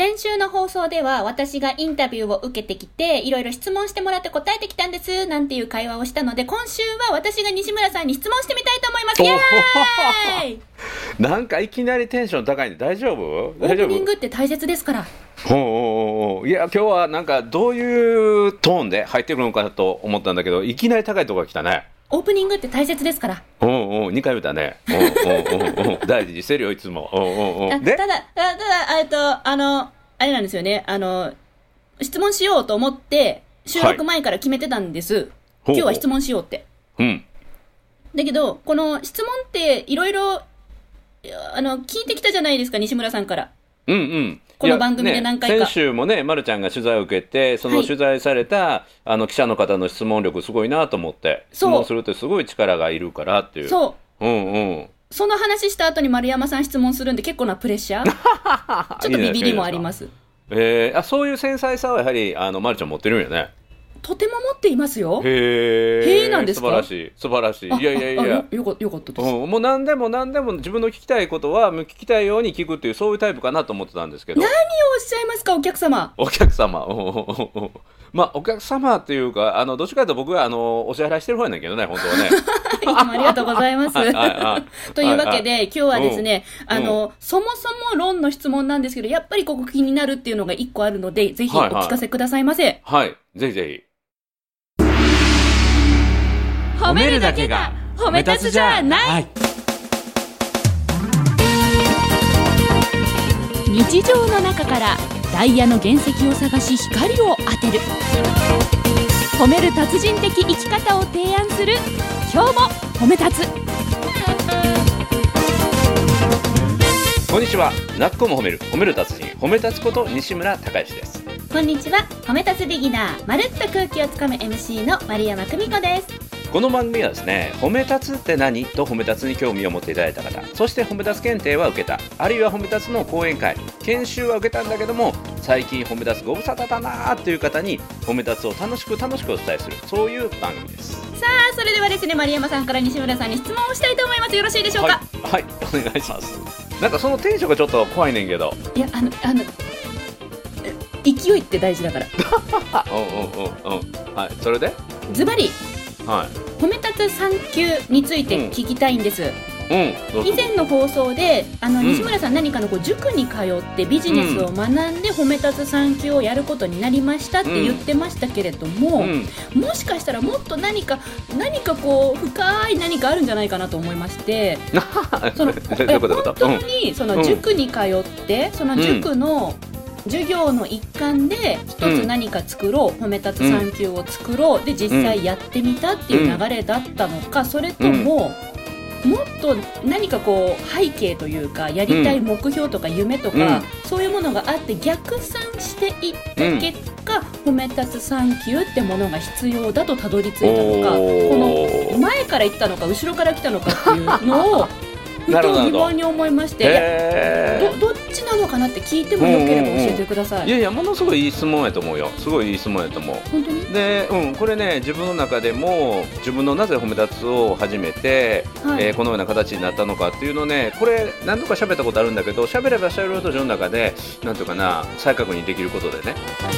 先週の放送では私がインタビューを受けてきていろいろ質問してもらって答えてきたんですなんていう会話をしたので、今週は私が西村さんに質問してみたいと思います。イエーイなんかいきなりテンション高いんで大丈夫？ オープニングって大切ですから。 いや今日はなんかどういうトーンで入ってくるのかなと思ったんだけど、いきなり高いところが来たね。 オープニングって大切ですから。 2回言ったね。大事にしてるよいつも。 でただあれなんですよね。質問しようと思って収録前から決めてたんです。今日は質問しようって。だけどこの質問っていろいろ聞いてきたじゃないですか、西村さんから。この番組で何回か、 先週もね、まるちゃんが取材を受けて、その取材された、記者の方の質問力すごいなと思って、質問するってすごい力がいるからっていう。その話した後に丸山さん質問するんで結構なプレッシャーちょっとビビりもあります。 そういう繊細さはやはりまるちゃん持ってるんよね。 とても持っていますよ。 へえなんですか？ 素晴らしい。いやよかったです。 もう何でも自分の聞きたいことは聞きたいように聞くっていう、そういうタイプかなと思ってたんですけど。 何をおっしゃいますか、お客様。 まあお客様っていうか、どっちかというと僕はお支払いしてる方やねんけどね、本当はね。 いつもありがとうございます。というわけで、今日はですね、そもそも論の質問なんですけど、やっぱりここ気になるっていうのが一個あるので、ぜひお聞かせくださいませ。 はい、ぜひぜひ。 褒めるだけが褒め立つじゃない。日常の中からダイヤの原石を探し光を当てる、褒める達人的生き方を提案する、今日も褒め立つ。 こんにちは。なっこも褒める達人、褒め立つこと西村孝之です。 こんにちは。褒め立つビギナー、まるっと空気をつかむ MC の丸山久美子です。 この番組はですね、褒め立つって何と褒め立つに興味を持っていただいた方、そして褒め立つ検定は受けた、あるいは褒め立つの講演会研修は受けたんだけども、最近褒め立つご無沙汰だなという方に褒め立つを楽しくお伝えする、そういう番組です。 さあ、それではですね、丸山さんから西村さんに質問をしたいと思います。よろしいでしょうか？ はい、お願いします。なんかそのテンションがちょっと怖いねんけど。 いや、勢いって大事だからはい、それでズバリ、褒め立つ産休について聞きたいんです。以前の放送で西村さん何かの塾に通ってビジネスを学んで褒め立つ産休をやることになりましたって言ってましたけれども、もしかしたらもっと何かこう深い何かあるんじゃないかなと思いまして本当にその塾に通ってその塾の授業の一環で一つ何か作ろう、褒め立つ産休を作ろうで実際やってみたっていう流れだったのか、それとももっと何かこう背景というかやりたい目標とか夢とか、そういうものがあって逆算していった結果、褒め立つ産休ってものが必要だとたどり着いたのか、この前から言ったのか後ろから来たのかっていうのをふと疑問に思いまして、どっちなのかなって聞いてもよければ教えてください。 いやものすごいいい質問やと思うよ。すごいいい質問やと思う。 本当に？ で、これね、自分の中でも自分のなぜ褒め立つを始めて、このような形になったのかっていうのね、これ何度か喋ったことあるんだけど、喋れば喋るほど自分の中でなんていうかな、再確認できることでね。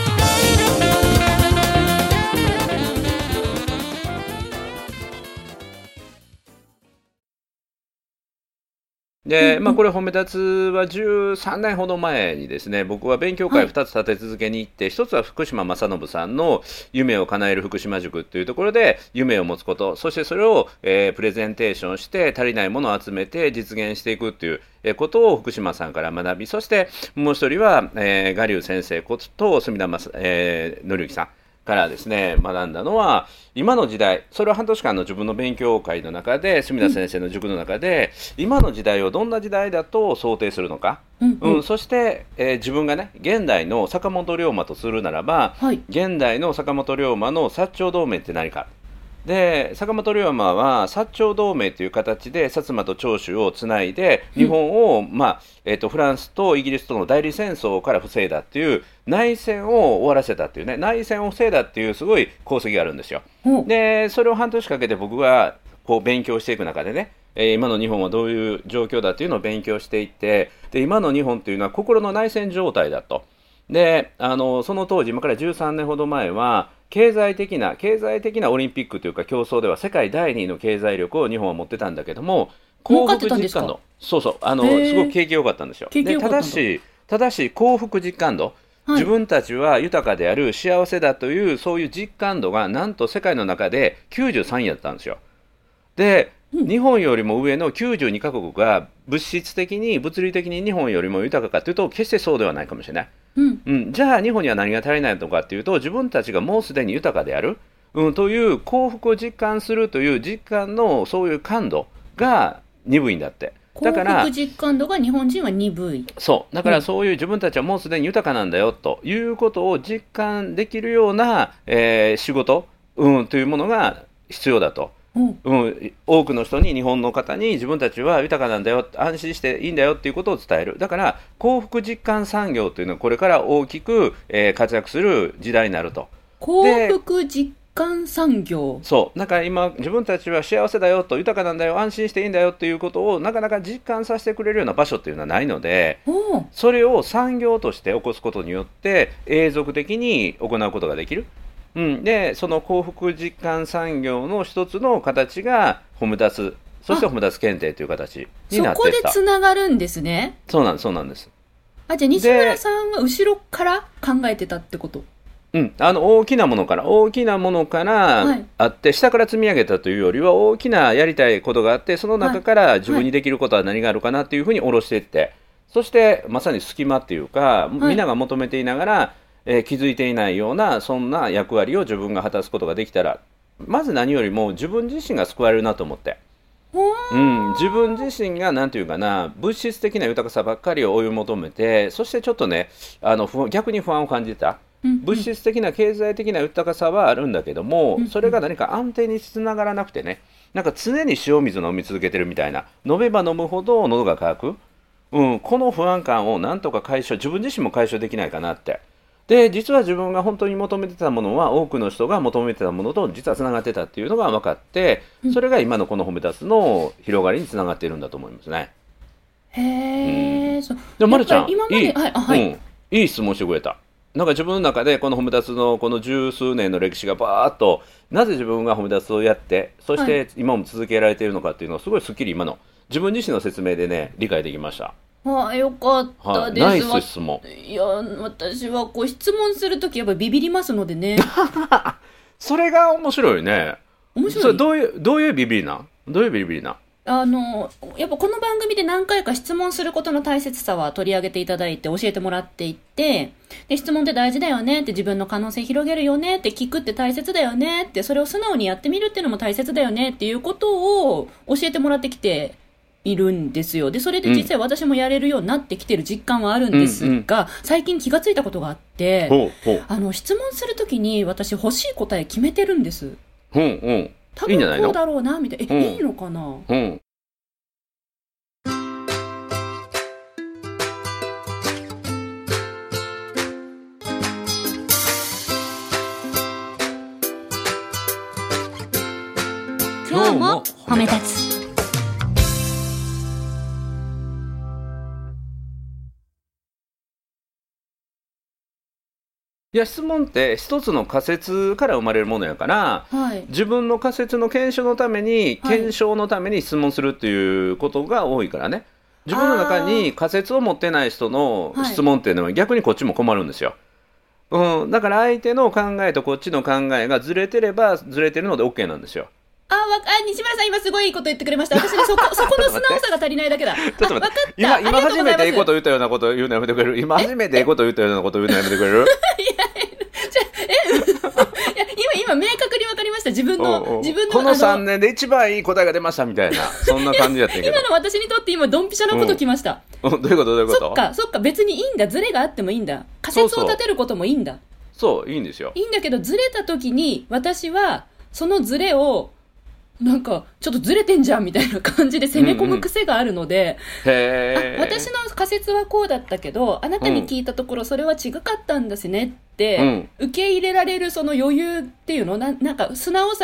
でこれ褒め立つは13年ほど前にですね、僕は勉強会2つ立て続けに行って、1つは福島正信さんの夢を叶える福島塾というところで夢を持つこと、そしてそれを、プレゼンテーションして足りないものを集めて実現していくということを福島さんから学び、そしてもう一人は、我流先生こと隅田正之さんからですね学んだのは、今の時代、それは半年間の自分の勉強会の中で隅田先生の塾の中で、今の時代をどんな時代だと想定するのか、そして、自分がね現代の坂本龍馬とするならば、現代の坂本龍馬の薩長同盟って何かで、坂本龍馬は薩長同盟という形で薩摩と長州をつないで日本を、フランスとイギリスとの代理戦争から防いだっていう内戦を終わらせたっていうね、内戦を防いだっていうすごい功績があるんですよ。でそれを半年かけて僕がこう勉強していく中でね、今の日本はどういう状況だっていうのを勉強していって、で今の日本というのは心の内戦状態だと。 でその当時今から13年ほど前は経済的なオリンピックというか競争では世界第2位の経済力を日本は持ってたんだけども、 幸福実感度、 そうそうすごく景気良かったんですよ。でただし幸福実感度、はい、自分たちは豊かである幸せだというそういう実感度がなんと世界の中で93位だったんですよ。で、日本よりも上の92カ国が物質的に物理的に日本よりも豊かかというと決してそうではないかもしれない、じゃあ日本には何が足りないのかというと、自分たちがもうすでに豊かである、という幸福を実感するという実感のそういう感度が鈍いんだって。だから幸福実感度が日本人は鈍い。 そうだからそういう自分たちはもうすでに豊かなんだよということを実感できるような、仕事、というものが必要だと。多くの人に、日本の方に自分たちは豊かなんだよ、安心していいんだよっていうことを伝える。だから幸福実感産業というのはこれから大きく、活躍する時代になると。 幸福実感産業、 そうだから今自分たちは幸せだよと、豊かなんだよ、安心していいんだよっていうことをなかなか実感させてくれるような場所っていうのはないので、それを産業として起こすことによって永続的に行うことができる。でその幸福実感産業の一つの形がホムダス、そしてホムダス検定という形になっていった。 そこでつながるんですね。 そうなんです。 じゃあ西村さんは後ろから考えてたってこと？ 大きなものからあって、下から積み上げたというよりは大きなやりたいことがあって、その中から自分にできることは何があるかなっていうふうに下ろしていって、そしてまさに隙間っていうか、みんなが求めていながら気づいていないようなそんな役割を自分が果たすことができたら、まず何よりも自分自身が救われるなと思って、自分自身がなんていうかな、物質的な豊かさばっかりを追い求めて、そしてちょっとね逆に不安を感じた。物質的な経済的な豊かさはあるんだけども、それが何か安定につながらなくてね、なんか常に塩水を飲み続けてるみたいな、飲めば飲むほど喉が渇く、この不安感をなんとか自分自身も解消できないかなって。で実は自分が本当に求めてたものは多くの人が求めてたものと実はつながってたっていうのが分かって、それが今のこのホメダスの広がりにつながっているんだと思いますね。 へー、 でもまるちゃん、 今までいい質問してくれた。なんか自分の中でこのホメダスのこの十数年の歴史がバーっと、なぜ自分がホメダスをやって、そして今も続けられているのかっていうのをすごいすっきり今の自分自身の説明でね理解できました。 よかったです。 ナイス質問。 いや私はこう質問するときやっぱビビりますのでねそれが面白いね。 面白い。 それどういうビビりなやっぱこの番組で何回か質問することの大切さは取り上げていただいて教えてもらっていて、で質問って大事だよねって、自分の可能性広げるよねって、聞くって大切だよねって、それを素直にやってみるっていうのも大切だよねっていうことを教えてもらってきているんですよ。でそれで実際私もやれるようになってきてる実感はあるんですが、最近気がついたことがあって、質問するときに私欲しい答え決めてるんです。多分こうだろうなみたいな。いいのかな。今日も褒め立つ。 いや質問って一つの仮説から生まれるものやから、自分の仮説の検証のために質問するっていうことが多いからね。自分の中に仮説を持ってない人の質問っていうのは逆にこっちも困るんですよ。だから相手の考えとこっちの考えがずれてればずれてるので OK なんですよ。 西村さん今すごいいいこと言ってくれました。私にそこの素直さが足りないだけだ。ちょっと待って。今初めていいこと言ったようなこと言うのやめてくれる。今初めていいこと言ったようなこと言うのやめてくれる。今明確に分かりました。自分のこの3年で一番いい答えが出ましたみたいな、そんな感じやったんやけど。 今の私にとって今ドンピシャなこときました。 どういうことそっか別にいいんだ。ズレがあってもいいんだ。仮説を立てることもいいんだ。 そういいんですよ。 いいんだけどずれた時に私はそのズレをなんかちょっとずれてんじゃんみたいな感じで攻め込む癖があるので、私の仮説はこうだったけどあなたに聞いたところそれは違かったんですねって、受け入れられるその余裕っていうのなんか素直さが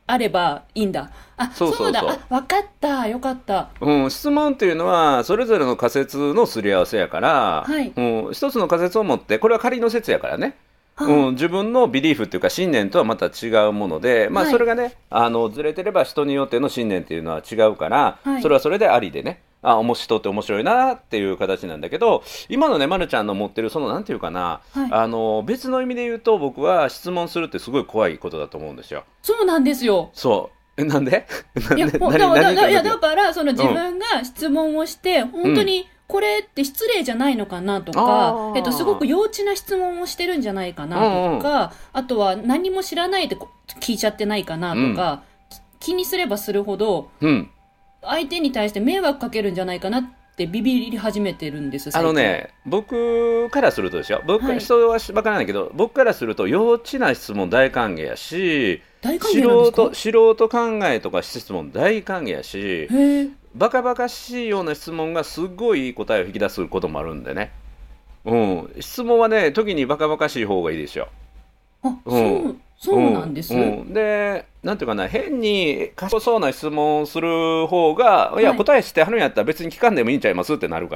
あればいいんだ。そうだ、分かった、よかった。 質問っていうのはそれぞれの仮説のすり合わせやから、はい、一つの仮説を持って、これは仮の説やからね、自分のビリーフっていうか信念とはまた違うもので、それがねずれてれば人によっての信念っていうのは違うから、はい、それはそれでありでね、人って面白いなっていう形なんだけど、今のね、まるちゃんの持ってるそのなんていうかな、はい、別の意味で言うと僕は質問するってすごい怖いことだと思うんですよ。 そうなんですよ。 なんでいやだからその自分が質問をして、本当にこれって失礼じゃないのかなとか、すごく幼稚な質問をしてるんじゃないかなとか、あとは何も知らないで聞いちゃってないかなとか、気にすればするほど、相手に対して迷惑かけるんじゃないかなってビビり始めてるんです。 僕からするとですよ、人は分からないけど、僕からすると幼稚な質問大歓迎やし、素人考えとか質問大歓迎やし、バカバカしいような質問がすごいいい答えを引き出すこともあるんでね、質問はね、時にバカバカしい方がいいですよ。 そうなんです。 で、なんていうかな、変に賢そうな質問をする方が、いや、答え知ってはるんやったら別に聞かんでもいいんちゃいますってなるから、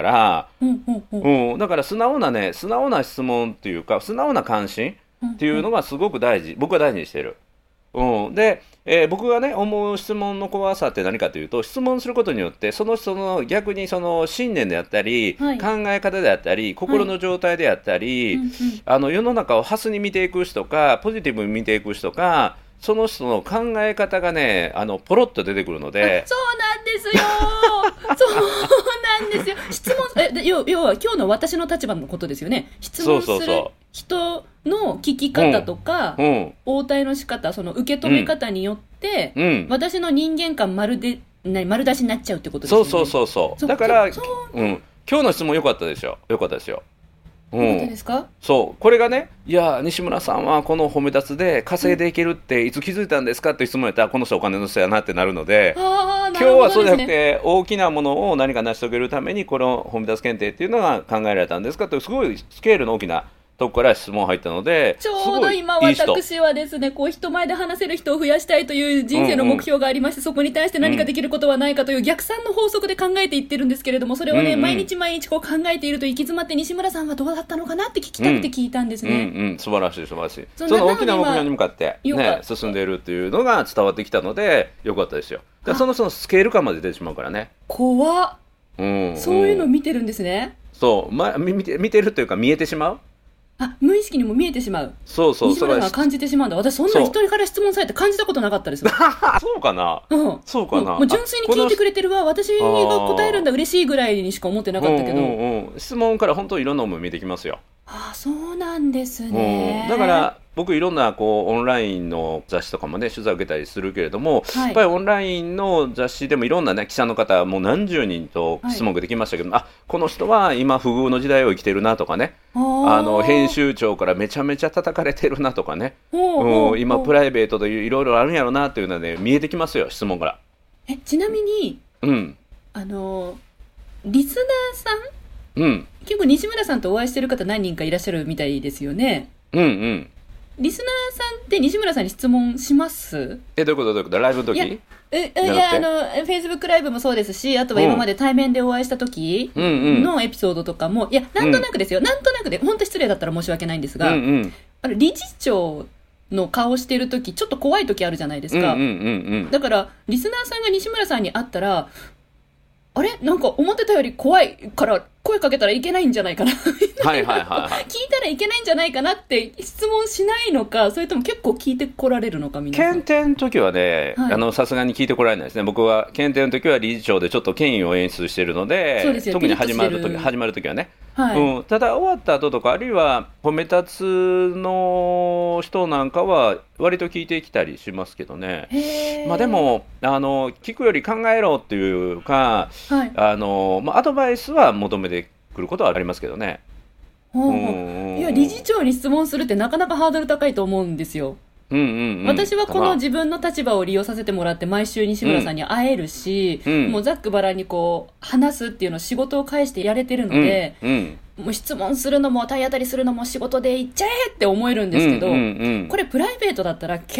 だから素直な質問っていうか、素直な関心っていうのがすごく大事、僕は大事にしてる。で、僕がね思う質問の怖さって何かというと、質問することによってその人の逆にその信念であったり、考え方であったり、心の状態であったり、世の中をハスに見ていく人かポジティブに見ていく人か、その人の考え方がねポロッと出てくるので。 そうなんですよそうなんですよ。質問要は今日の私の立場のことですよね。質問する人の聞き方とか、応対の仕方、その受け止め方によって、私の人間観丸出しになっちゃうってことですよね。そうだから今日の質問良かったですよ。良かったですよ。 ですか？ これがね、いや西村さんはこの褒め立つで稼いでいけるっていつ気づいたんですかって質問やったら、この人お金の人やなってなるので、今日はそうじゃなくて大きなものを何か成し遂げるためにこの褒め立つ検定っていうのが考えられたんですかという、すごいスケールの大きなとこから質問入ったので、 ちょうど今私はですね、人前で話せる人を増やしたいという人生の目標がありまして、そこに対して何かできることはないかという逆算の法則で考えていってるんですけれども、それをね、毎日考えていると行き詰まって、西村さんはどうだったのかなって聞きたくて聞いたんですね。 素晴らしい素晴らしい。その大きな目標に向かって、進んでいるっていうのが伝わってきたのでよかったですよ。そのスケール感まで出てしまうからね。 怖っ。そういうの見てるんですね。 見てるというか見えてしまう。 無意識にも見えてしまう。西村さんは感じてしまうんだ。私そんな人から質問されて感じたことなかったです。 そうかな。そうかな。 もう純粋に聞いてくれてるわ、私が答えるんだ嬉しいぐらいにしか思ってなかったけど、 質問から本当いろんなもの見えてきますよ。 そうなんですね。 だから僕いろんなオンラインの雑誌とかもね取材を受けたりするけれども、やっぱりオンラインの雑誌でもいろんなね記者の方もう何十人と質問ができましたけど、この人は今不遇の時代を生きてるなとかね、編集長からめちゃめちゃ叩かれてるなとかね、今プライベートでいろいろあるんやろなっていうのはね見えてきますよ、質問から。 ちなみにリスナーさん、結構西村さんとお会いしてる方何人かいらっしゃるみたいですよね。リスナーさんって西村さんに質問します？ どういうことライブの時？いやFacebook ライブもそうですし、あとは今まで対面でお会いした時のエピソードとかも、なんとなくですよ、なんとなくで、本当失礼だったら申し訳ないんですが、理事長の顔してる時ちょっと怖い時あるじゃないですか。だからリスナーさんが西村さんに会ったら、あれなんか思ってたより怖いから声かけたらいけないんじゃないかな聞いたらいけないんじゃないかなって質問しないのか、それとも結構聞いてこられるのか。皆さん検定の時はね、さすがに聞いてこられないですね。僕は検定の時は理事長でちょっと権威を演出しているので、特に始まる時はね、ただ終わった後とか、あるいは褒め立つの人なんかは割と聞いてきたりしますけどね。でも聞くより考えろっていうか、アドバイスは求めてくることはありますけどね。 いや理事長に質問するってなかなかハードル高いと思うんですよ。私はこの自分の立場を利用させてもらって毎週西村さんに会えるし、もうざっくばらんに話すっていうのを仕事を介してやれてるので、もう質問するのも体当たりするのも仕事で行っちゃえって思えるんですけど、これプライベートだったら結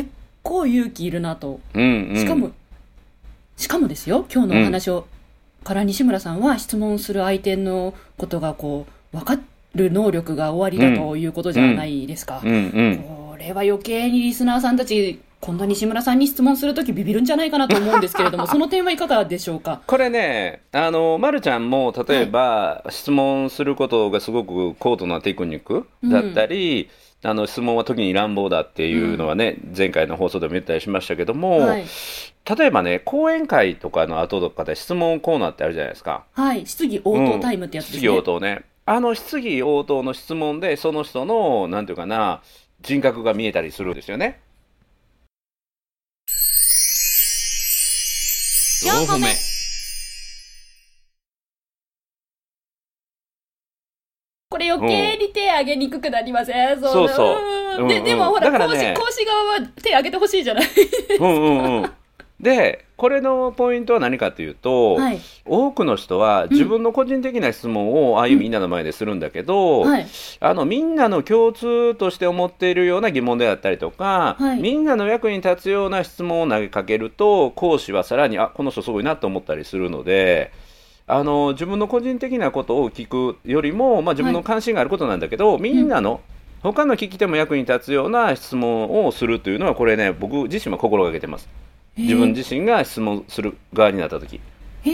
構勇気いるなと、 うんうん、 しかもですよ、今日のお話を、から西村さんは質問する相手のことがこう分かる能力がおありだということじゃないですか、これは余計にリスナーさんたち今度西村さんに質問するときビビるんじゃないかなと思うんですけれどもその点はいかがでしょうか。 これね、まるちゃんも例えば、質問することがすごく高度なテクニックだったり、質問は時に乱暴だっていうのはね、前回の放送でも言ったりしましたけども、例えばね、講演会とかの後とかで質問コーナーってあるじゃないですか。 はい、質疑応答タイムってやつですね。 質疑応答ね。質疑応答の質問でその人のなんていうかな、人格が見えたりするんですよね。4個目。 これ余計に手挙げにくくなりません？ そうそう。 でもほら、講師側は手挙げてほしいじゃないですか。 で、これのポイントは何かというと、多くの人は自分の個人的な質問をああいうみんなの前でするんだけど、みんなの共通として思っているような疑問であったりとか、みんなの役に立つような質問を投げかけると、講師はさらにこの人すごいなと思ったりするので、自分の個人的なことを聞くよりも、自分の関心があることなんだけど、みんなの他の聞き手も役に立つような質問をするというのは、これね、僕自身は心がけてます。自分自身が質問する側になった時。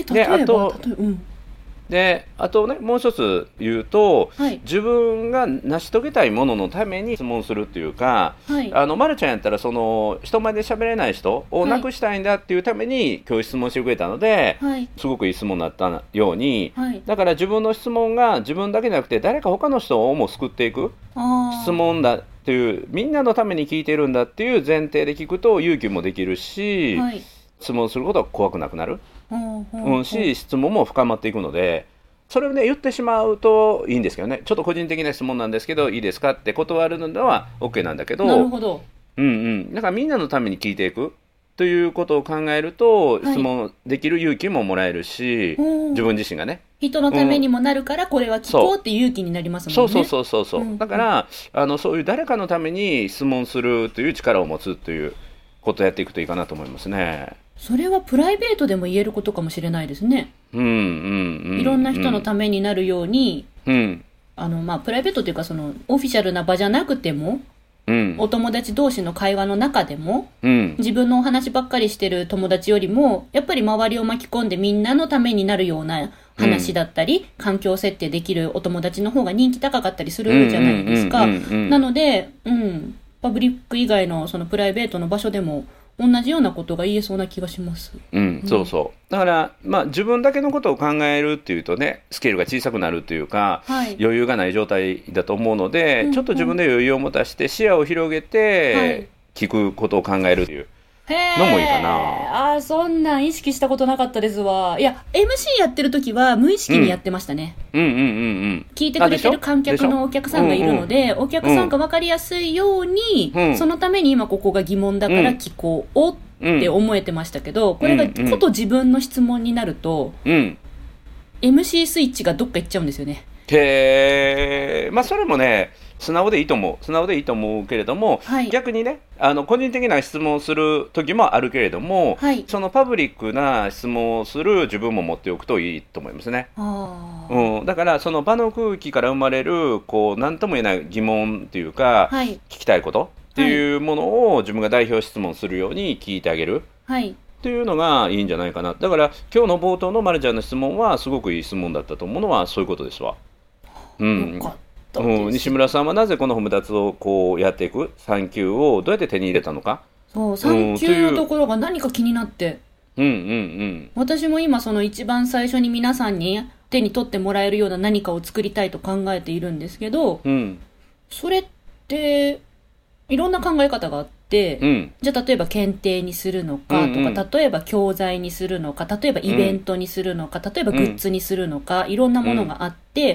あとね、もう一つ言うと、自分が成し遂げたいもののために質問するっていうか、まるちゃんやったらその人前で喋れない人をなくしたいんだっていうために今日質問してくれたので、すごくいい質問になったように、だから自分の質問が自分だけじゃなくて誰か他の人をも救っていく質問だっていう、みんなのために聞いてるんだっていう前提で聞くと勇気もできるし、質問することは怖くなくなるし、質問も深まっていくので、それをね言ってしまうといいんですけどね、ちょっと個人的な質問なんですけどいいですかって断るのは OK なんだけど、 なるほど、 だからみんなのために聞いていくということを考えると、質問できる勇気ももらえるし、自分自身がね人のためにもなるから、これは聞こうって勇気になりますもんね。 そう、だからそういう誰かのために質問するという力を持つということをやっていくといいかなと思いますね。 それはプライベートでも言えることかもしれないですね。いろんな人のためになるように、プライベートというかそのオフィシャルな場じゃなくても、お友達同士の会話の中でも、自分のお話ばっかりしてる友達よりもやっぱり周りを巻き込んでみんなのためになるような話だったり、環境設定できるお友達の方が人気高かったりするじゃないですか。なので、パブリック以外のそのプライベートの場所でも同じようなことが言えそうな気がします。だから自分だけのことを考えるっていうとね、スケールが小さくなるというか、余裕がない状態だと思うので、ちょっと自分で余裕を持たして視野を広げて聞くことを考えるというのもいいかな。 そんなん意識したことなかったですわ。いや MC やってる時は無意識にやってましたね。聞いてくれてる観客のお客さんがいるので、お客さんが分かりやすいように、そのために今ここが疑問だから聞こうって思えてましたけど、これがこと自分の質問になると、MC スイッチがどっか行っちゃうんですよね。 それもね素直でいいと思うけれども、逆にね個人的な質問をする時もあるけれども、そのパブリックな質問をする自分も持っておくといいと思いますね。だからその場の空気から生まれる何とも言えない疑問っていうか、聞きたいことっていうものを自分が代表質問するように聞いてあげる、っていうのがいいんじゃないかな。だから今日の冒頭のまるちゃんの質問はすごくいい質問だったと思うのはそういうことですわ。 よかったです。 西村さんはなぜこの褒め立つをやっていく産休をどうやって手に入れたのか。 産休のところが何か気になって、私も今その一番最初に皆さんに手に取ってもらえるような何かを作りたいと考えているんですけど、それっていろんな考え方があって、じゃあ例えば検定にするのかとか、例えば教材にするのか、例えばイベントにするのか、例えばグッズにするのか、いろんなものがあって、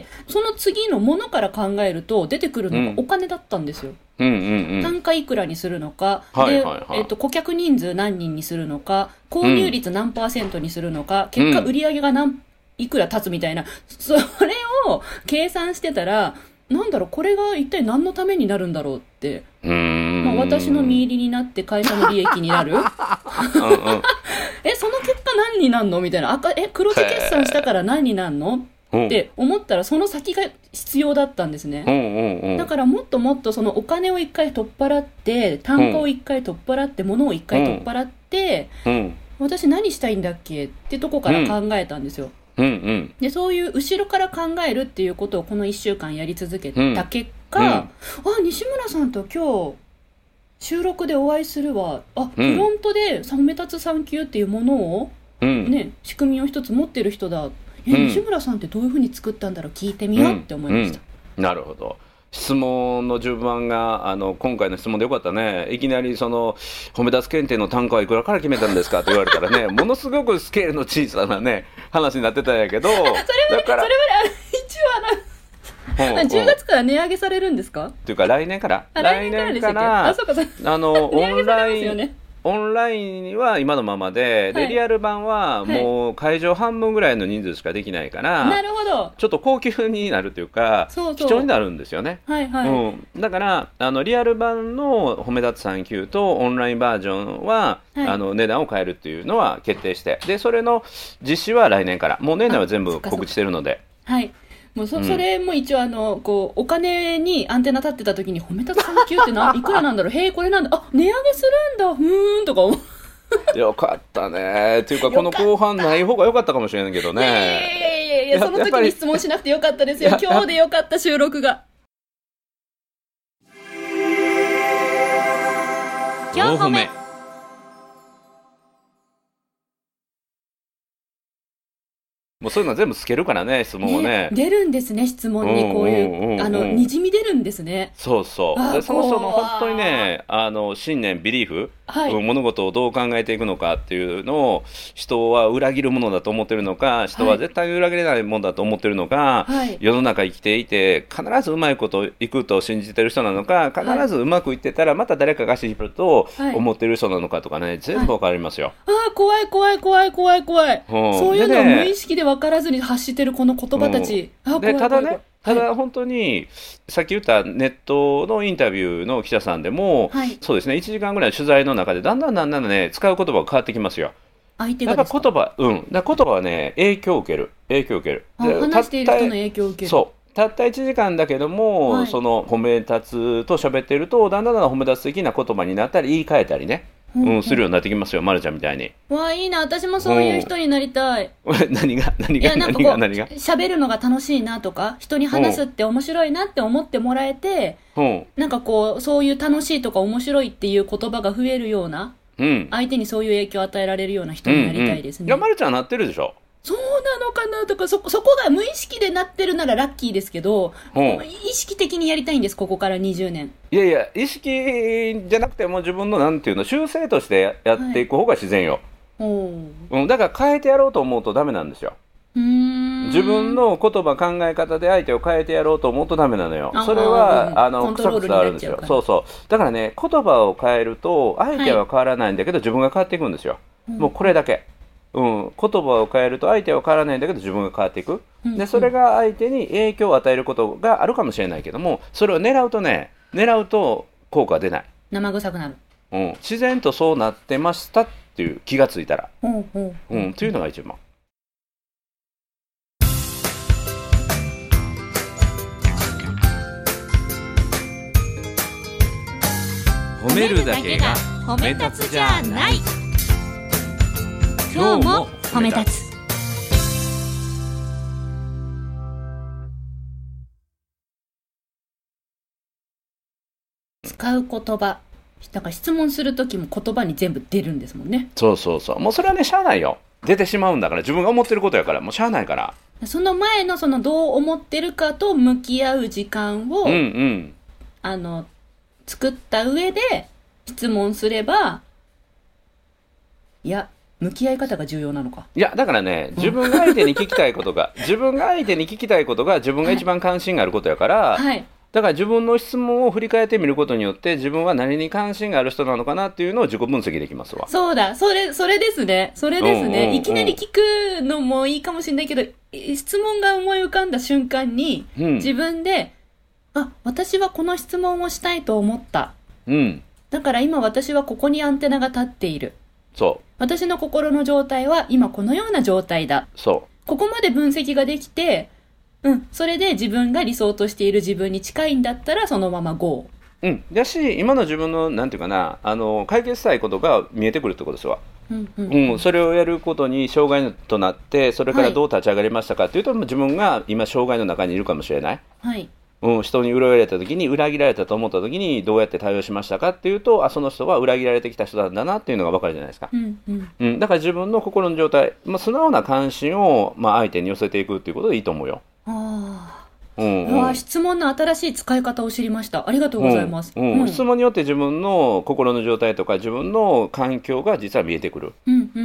その次のものから考えると出てくるのがお金だったんですよ。単価いくらにするのか、顧客人数何人にするのか、購入率何%にするのか、結果売り上げがいくら立つみたいな、それを計算してたら、これが一体何のためになるんだろうってまあ、私の身入りになって会社の利益になるその結果何になんのみたいな、黒字決算したから何になんのって思ったら、その先が必要だったんですね。だからもっともっとそのお金を一回取っ払って、単価を一回取っ払って、物を一回取っ払って、私何したいんだっけってとこから考えたんですよ。でそういう後ろから考えるっていうことをこの1週間やり続けた結果、西村さんと今日収録でお会いするわ、フロントで褒め立つ産休っていうものを、仕組みを一つ持ってる人だ、西村さんってどういうふうに作ったんだろう、聞いてみようって思いました。 なるほど。質問の順番が今回の質問でよかったね。いきなりその褒め立つ検定の単価はいくらから決めたんですかって言われたらねものすごくスケールの小さなね話になってたんやけど、それは一応10月から値上げされるんですか？ っていうか来年からオンラインは今のままで、リアル版はもう会場半分ぐらいの人数しかできないから、 なるほど、 ちょっと高級になるというか、貴重になるんですよね。だからリアル版の褒め立つ産休とオンラインバージョンは、値段を変えるっていうのは決定して、でそれの実施は来年から、もう年内は全部告知してるので。 もうそれも一応こうお金にアンテナ立ってた時に褒め立つ産休っていくらなんだろうへえこれなんだ、値上げするんだとか思うよかったねっていうかこの後半ない方が良かったかもしれないけどね。 いやその時に質問しなくてよかったですよ。今日でよかった、収録が。 4褒め。もうそういうの全部つけるからね、質問をね。 出るんですね、質問にこういう、にじみ出るんですね。 そうそう。その人の本当にね、信念、ビリーフ、物事をどう考えていくのかっていうのを、人は裏切るものだと思ってるのか、人は絶対に裏切れないものだと思ってるのか、世の中生きていて、必ずうまいこといくと信じてる人なのか、必ずうまくいってたら、また誰かが引っ張ると思ってる人なのかとかね、全部わかりますよ。 怖い。そういうのを無意識で分からずに発してるこの言葉たち。 ただ本当にさっき言ったネットのインタビューの記者さんでも、そうですね、1時間ぐらいの取材の中でだんだんね使う言葉が変わってきますよ。 相手がですか？ 言葉はね影響を受ける。 話している人の影響を受ける。 そうたった1時間だけども、その褒め立つと喋ってるとだんだん褒め立つ的な言葉になったり言い換えたりね、するようになってきますよ、まるちゃんみたいに。 いいな、私もそういう人になりたい。 何が喋るのが楽しいなとか、人に話すって面白いなって思ってもらえて、なんかこうそういう楽しいとか面白いっていう言葉が増えるような、相手にそういう影響を与えられるような人になりたいですね。 いや、まるちゃんなってるでしょ。 そうなのかなとか、そこが無意識でなってるならラッキーですけど、意識的にやりたいんです、ここから20年。 いや意識じゃなくても自分のなんていうの習性としてやっていく方が自然よ。だから変えてやろうと思うとダメなんですよ。自分の言葉考え方で相手を変えてやろうと思うとダメなのよ。それはくさくさあるんですよ。だからね、言葉を変えると相手は変わらないんだけど、自分が変わっていくんですよ。もうこれだけ。言葉を変えると相手は変わらないんだけど自分が変わっていく。でそれが相手に影響を与えることがあるかもしれないけども、それを狙うと効果は出ない。 生臭くなる。 自然とそうなってましたっていう気がついたら、というのが一番。褒めるだけが褒め立つじゃない。 今日も褒め立つ。使う言葉、だから質問するときも言葉に全部出るんですもんね。 そうもうそれはね、しゃあないよ。出てしまうんだから、自分が思ってることやから、もうしゃあないから。 その前のそのどう思ってるかと向き合う時間を、作った上で質問すれば、いや向き合い方が重要なのか。 いやだからね、自分が相手に聞きたいことが自分が一番関心があることやから、だから自分の質問を振り返ってみることによって自分は何に関心がある人なのかなっていうのを自己分析できますわ。 そうだ、それですね。いきなり聞くのもいいかもしれないけど、質問が思い浮かんだ瞬間に、自分で私はこの質問をしたいと思った、 だから今私はここにアンテナが立っている。 そう。 私の心の状態は今このような状態だ。 そう。 ここまで分析ができて、それで自分が理想としている自分に近いんだったらそのまま GO。 だし、今の自分のなんていうかな、解決したいことが見えてくるってことですわ。それをやることに障害となって、それからどう立ち上がりましたかっていうと、自分が今障害の中にいるかもしれない。はい。人に裏切られた時に、裏切られたと思った時にどうやって対応しましたかっていうと、その人は裏切られてきた人なんだなっていうのが分かるじゃないですか。だから自分の心の状態、素直な関心を、相手に寄せていくっていうことでいいと思うよ。 質問の新しい使い方を知りました。ありがとうございます。 質問によって自分の心の状態とか自分の環境が実は見えてくる。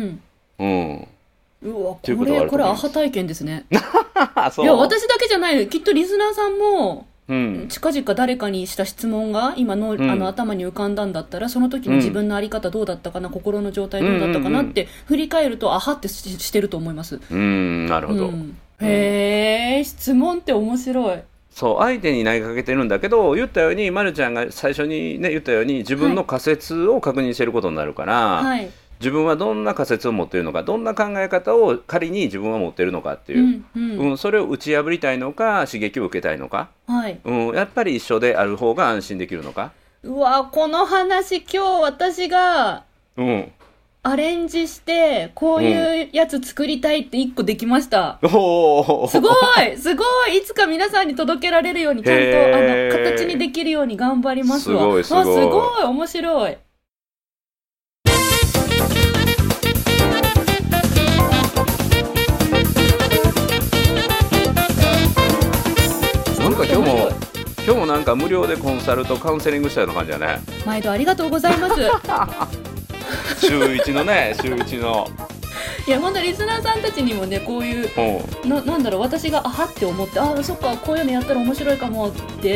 うわ、これアハ体験ですね。いや、私だけじゃない。きっとリスナーさんも近々誰かにした質問が今の、頭に浮かんだんだったら、その時の自分の在り方どうだったかな、心の状態どうだったかなって振り返るとアハってしてると思います。 なるほど。 へえ、質問って面白い。 そう、相手に投げかけてるんだけど、言ったように、まるちゃんが最初にね言ったように、自分の仮説を確認していることになるから、自分はどんな仮説を持っているのか、どんな考え方を仮に自分は持っているのかっていう、それを打ち破りたいのか、刺激を受けたいのか、やっぱり一緒である方が安心できるのか。 うわ、この話今日私がアレンジしてこういうやつ作りたいって1個できました。すごいいつか皆さんに届けられるように、ちゃんと形にできるように頑張りますわ。すごい面白い。 なんか今日もなんか無料でコンサルとカウンセリングしたような感じだね。 毎度ありがとうございます。 週1のね、週1の。 いや、本当リスナーさんたちにもね、こういうなんだろう、私があはって思って、そっか、こういうのやったら面白いかもって、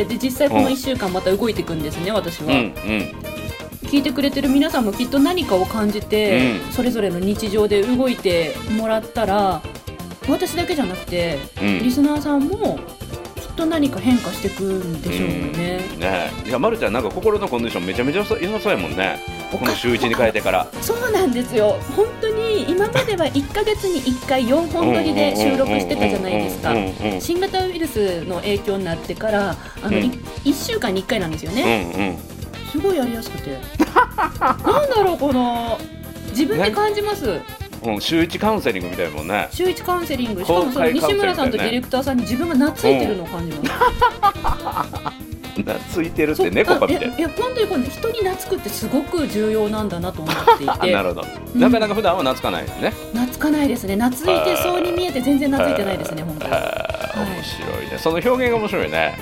で実際この1週間また動いていくんですね、私は。聞いてくれてる皆さんもきっと何かを感じて、それぞれの日常で動いてもらったら、私だけじゃなくて、リスナーさんもきっと何か変化していくんでしょうね。 いや、まるちゃんなんか心のコンディションめちゃめちゃ良さそうやもんね。この週1に変えてから。 そうなんですよ。本当に今までは1ヶ月に1回4本撮りで収録してたじゃないですか。新型ウイルスの影響になってから1週間に1回なんですよね。すごいやりやすくてなんだろう、この自分で感じます。 週1カウンセリングみたいなもんね。 週1カウンセリング、しかもその西村さんとディレクターさんに自分が懐いてるのを感じます。 懐いてるって猫かみたいな。 いや、本当にこの人に懐くってすごく重要なんだなと思っていて。 なるほど。なかなか普段は懐かないですね。 懐かないですね。懐いてそうに見えて全然懐いてないですね、本当に。面白いね。その表現が面白いね。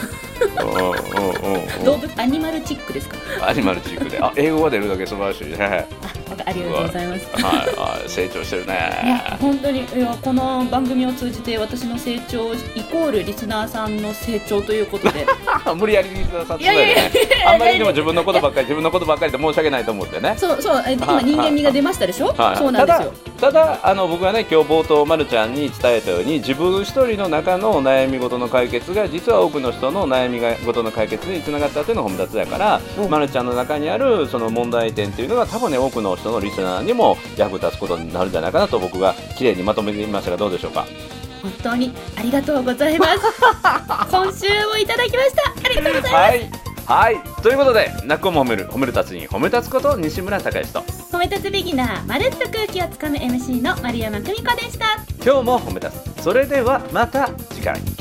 動物アニマルチックですか。 アニマルチックで、英語が出るだけ素晴らしいね。 ありがとうございます。 成長してるね。 いや、本当にこの番組を通じて私の成長イコールリスナーさんの成長ということで。 無理やりリスナーさんつないでね。あんまりにも自分のことばっかりで申し訳ないと思ってね。 そう今人間味が出ましたでしょ。そうなんですよ。 ただ僕はね、今日冒頭まるちゃんに伝えたように、自分一人の中の悩み事の解決が実は多くの人の悩み事の解決につながったというのが褒め立つやから、まるちゃんの中にあるその問題点というのが多分ね、多くの人のリスナーにも役立つことになるんじゃないかなと僕がきれいにまとめてみましたが、どうでしょうか。 本当にありがとうございます。今週もいただきました。ありがとうございます。 はい、ということで、泣くも褒める、褒める達人、褒め立つこと西村孝之と褒め立つビギナー、まるっと空気をつかむ MC の丸山久美子でした。 今日も褒め立つ。それではまた次回。